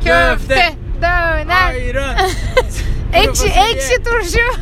köfte, döner, ayran, ekşi turşu,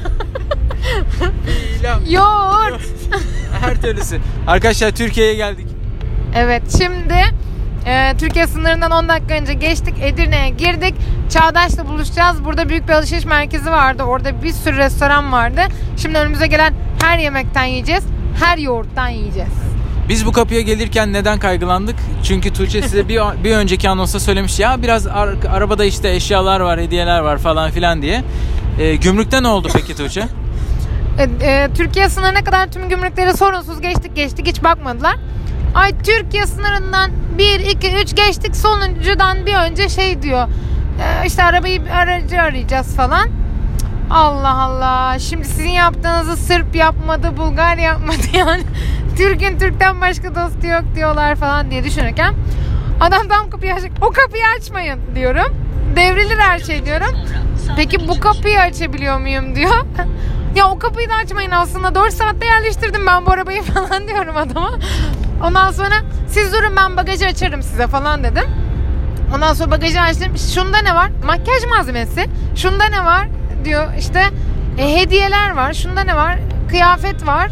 pilav, yoğurt. her türlüsü. Arkadaşlar Türkiye'ye geldik. Evet, şimdi Türkiye sınırından 10 dakika önce geçtik. Edirne'ye girdik. Çağdaş'la buluşacağız. Burada büyük bir alışveriş merkezi vardı. Orada bir sürü restoran vardı. Şimdi önümüze gelen her yemekten yiyeceğiz. Her yoğurttan yiyeceğiz. Biz bu kapıya gelirken neden kaygılandık? Çünkü Tuğçe size bir önceki anonsta söylemiş ya biraz arabada işte eşyalar var, hediyeler var falan filan diye. Gümrükte ne oldu peki Tuğçe? Türkiye sınırına kadar tüm gümrükleri sorunsuz geçtik. Hiç bakmadılar. Ay Türkiye sınırından 1, 2, 3 geçtik. Sonuncudan bir önce şey diyor. İşte aracı arayacağız falan. Allah Allah. Şimdi sizin yaptığınızı Sırp yapmadı, Bulgar yapmadı yani. Türk'ün Türk'ten başka dostu yok diyorlar falan diye düşünürken adam tam kapıyı açacak. O kapıyı açmayın diyorum. Devrilir her şey diyorum. Peki bu kapıyı açabiliyor muyum diyor. Ya o kapıyı da açmayın aslında. 4 saatte yerleştirdim ben bu arabayı falan diyorum adama. Ondan sonra siz durun ben bagajı açarım size falan dedim. Ondan sonra bagajı açtım. Şunda ne var? Makyaj malzemesi. Şunda ne var? Diyor işte hediyeler var. Şunda ne var? Kıyafet var.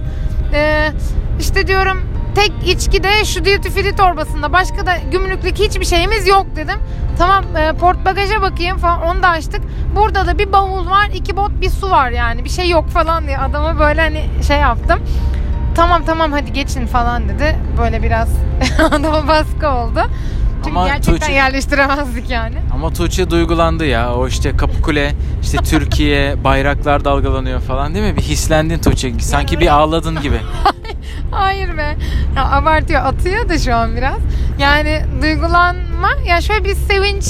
İşte diyorum tek içki de şu duty free torbasında. Başka da gümrüklük hiçbir şeyimiz yok dedim. Tamam port bagaja bakayım falan. Onu da açtık. Burada da bir bavul var. 2 bot bir su var yani. Bir şey yok falan diye adama böyle hani şey yaptım. Tamam hadi geçin falan dedi. Böyle biraz adama baskı oldu. Çünkü ama gerçekten Tuğçe, yerleştiremezdik yani. Ama Tuğçe duygulandı ya. O işte Kapıkule, işte Türkiye, bayraklar dalgalanıyor falan değil mi? Bir hislendin Tuğçe. Sanki bir ağladın gibi. Hayır be. Ya abartıyor, atıyor da şu an biraz. Yani duygulanma. Ya şöyle bir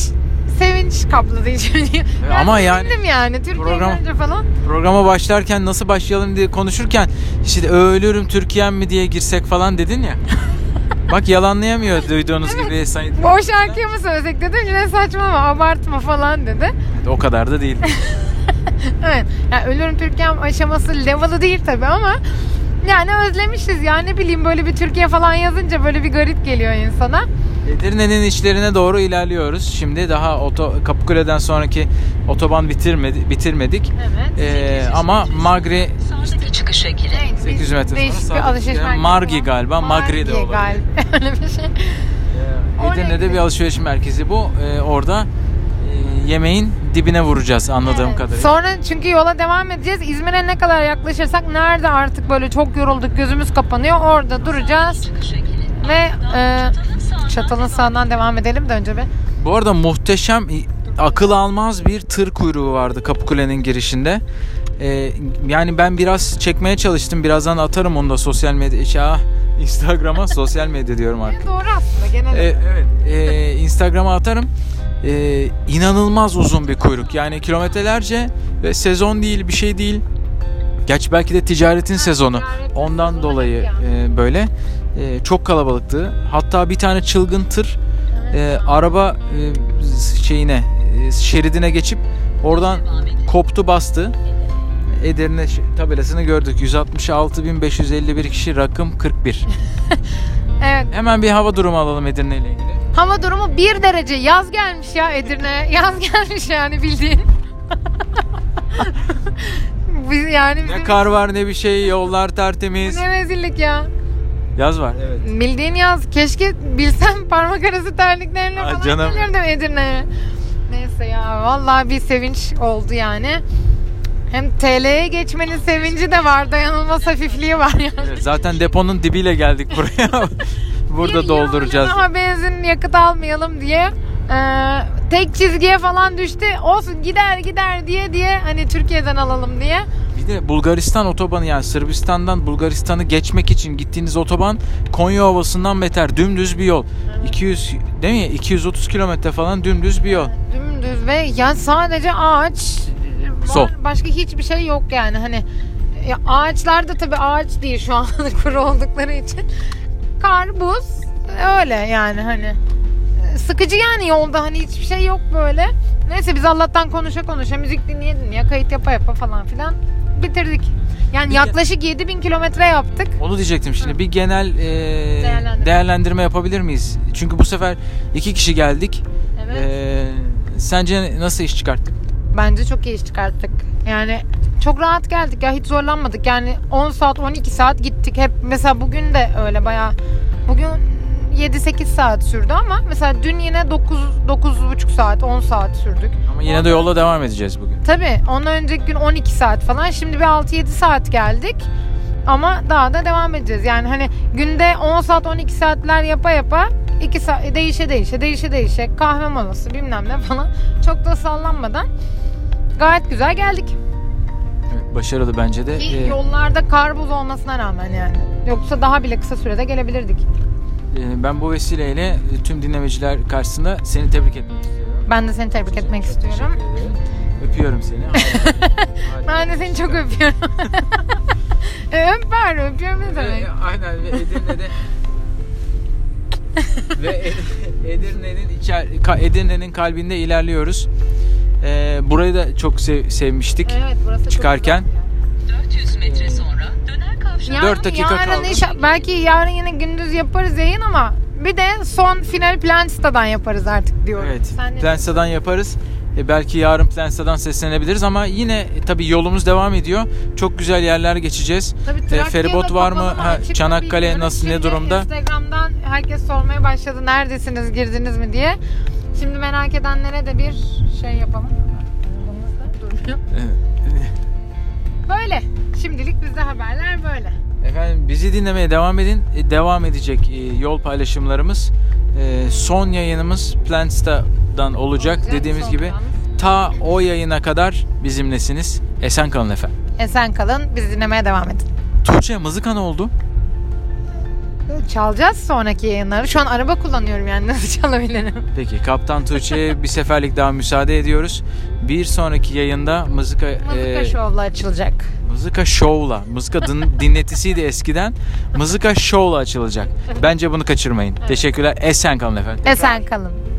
sevinç kapladı içimde. Ama yani Türkiye'ye gelince falan. Programa başlarken nasıl başlayalım diye konuşurken işte ölürüm Türkiye'm mi diye girsek falan dedin ya. Bak yalanlayamıyor duyduğunuz gibi Sayın. O şarkıyı mı söylesek dedim yine saçmalama abartma falan dedi. O kadar da değil. Evet. Yani ölürüm Türkiye'm aşaması level'ı değil tabii ama yani özlemişiz ya ne bileyim böyle bir Türkiye falan yazınca böyle bir garip geliyor insana. Edirne'nin içlerine doğru ilerliyoruz. Şimdi daha Kapıkule'den sonraki otoban bitirmedik. Evet. Ama Magri Sağdaki çıkışa girin. 800 metre değişik sonra bir alışveriş merkezi. Margi galiba. Magri de olabilir. Öyle bir şey. Edirne'de bir alışveriş merkezi bu. Orada yemeğin dibine vuracağız anladığım kadarıyla. Sonra çünkü yola devam edeceğiz. İzmir'e ne kadar yaklaşırsak nerede artık böyle çok yorulduk gözümüz kapanıyor. Orada duracağız. Ve Çatal'ın sağından devam edelim de önce bir. Bu arada muhteşem akıl almaz bir tır kuyruğu vardı Kapıkule'nin girişinde. Yani ben biraz çekmeye çalıştım. Birazdan atarım onu da sosyal medya. Instagram'a sosyal medya diyorum artık. Doğru aslında genelde. Evet. Instagram'a atarım. İnanılmaz uzun bir kuyruk. Yani kilometrelerce ve sezon değil bir şey değil. Gerçi belki de ticaretin sezonu. Ondan dolayı böyle. Çok kalabalıktı. Hatta bir tane çılgın tır araba şeridine geçip oradan koptu bastı. Edirne tabelasını gördük. 166.551 kişi rakım 41. Evet. Hemen bir hava durumu alalım Edirne ile ilgili. Hava durumu 1 derece. Yaz gelmiş ya Edirne. Yaz gelmiş yani bildiğin. Ne kar var ne bir şey. Yollar tertemiz. Ne rezillik ya. Yaz var. Evet. Bildiğin yaz. Keşke bilsem parmak arası terliklerle falan gelirdim Edirne'ye. Neyse ya. Vallahi bir sevinç oldu yani. Hem TL'ye geçmenin sevinci de var. Dayanılmaz hafifliği var yani. Evet, zaten deponun dibiyle geldik buraya. Burada dolduracağız. Daha benzin yakıt almayalım diye tek çizgiye falan düştü. Olsun gider diye hani Türkiye'den alalım diye. Bir de Bulgaristan otobanı yani Sırbistan'dan Bulgaristan'ı geçmek için gittiğiniz otoban Konya Ovası'ndan beter. Dümdüz bir yol. 200 değil mi? 230 kilometre falan dümdüz bir yol. Dümdüz ve yani sadece ağaç Sol. Başka hiçbir şey yok yani hani ya ağaçlar da tabii ağaç değil şu an kuru oldukları için. Kar, buz öyle yani hani sıkıcı yani yolda hani hiçbir şey yok böyle. Neyse biz Allah'tan konuşa müzik dinleye kayıt yapa falan filan bitirdik. Yani yaklaşık 7.000 kilometre yaptık. Onu diyecektim şimdi. Bir genel değerlendirme yapabilir miyiz? Çünkü bu sefer 2 kişi geldik. Evet. Sence nasıl iş çıkarttık? Bence çok iyi iş çıkarttık. Yani çok rahat geldik ya, hiç zorlanmadık. Yani 10 saat 12 saat gittik. Hep mesela bugün de öyle bayağı. Bugün 7-8 saat sürdü ama mesela dün yine 9,5 saat 10 saat sürdük. Ama yine de yola devam edeceğiz bugün. Tabii ondan önceki gün 12 saat falan. Şimdi bir 6-7 saat geldik. Ama daha da devam edeceğiz. Yani hani günde 10 saat 12 saatler yapa 2 saat değişe kahve molası bilmem ne falan, çok da sallanmadan gayet güzel geldik. Evet, başarılı bence de. Ki yollarda kar buz olmasına rağmen yani. Yoksa daha bile kısa sürede gelebilirdik. Ben bu vesileyle tüm dinlemeciler karşısında seni tebrik etmek istiyorum. Ben de seni tebrik etmek istiyorum. Öpüyorum seni. Ben de seni çok öpüyorum. Öpüyorum ne demek? Aynen ve Edirne'de Edirne'nin kalbinde ilerliyoruz. Burayı da çok sevmiştik. Evet, burası çıkarken. Çok 400 metre sonra döner kavşağı. 4 dakika kaldı. Belki yarın yine gündüz yaparız yayın ama bir de son final Plansta'dan yaparız artık diyorum. Evet, Plansta'dan yaparız. Belki yarın Plansta'dan seslenebiliriz ama yine tabii yolumuz devam ediyor. Çok güzel yerler geçeceğiz. Feribot var mı? Çanakkale nasıl, ne durumda? Instagram'dan herkes sormaya başladı. Neredesiniz, girdiniz mi diye. Şimdi merak edenlere de bir şey yapalım. Durmuyor. Böyle. Şimdilik bizde haberler böyle. Efendim bizi dinlemeye devam edin. Devam edecek yol paylaşımlarımız. Son yayınımız Plansta'dan olacak. Dediğimiz gibi ta o yayına kadar bizimlesiniz. Esen kalın efendim. Esen kalın. Bizi dinlemeye devam edin. Tuğçe, mızıka ne oldu? Çalacağız sonraki yayınları. Şu an araba kullanıyorum yani, nasıl çalabilirim? Peki, Kaptan Tuğçe'ye bir seferlik daha müsaade ediyoruz. Bir sonraki yayında mızıka şovla açılacak. Mızıka şovla. Mızıka dinletisiydi eskiden. Mızıka şovla açılacak. Bence bunu kaçırmayın. Evet. Teşekkürler. Esen kalın efendim. Esen kalın.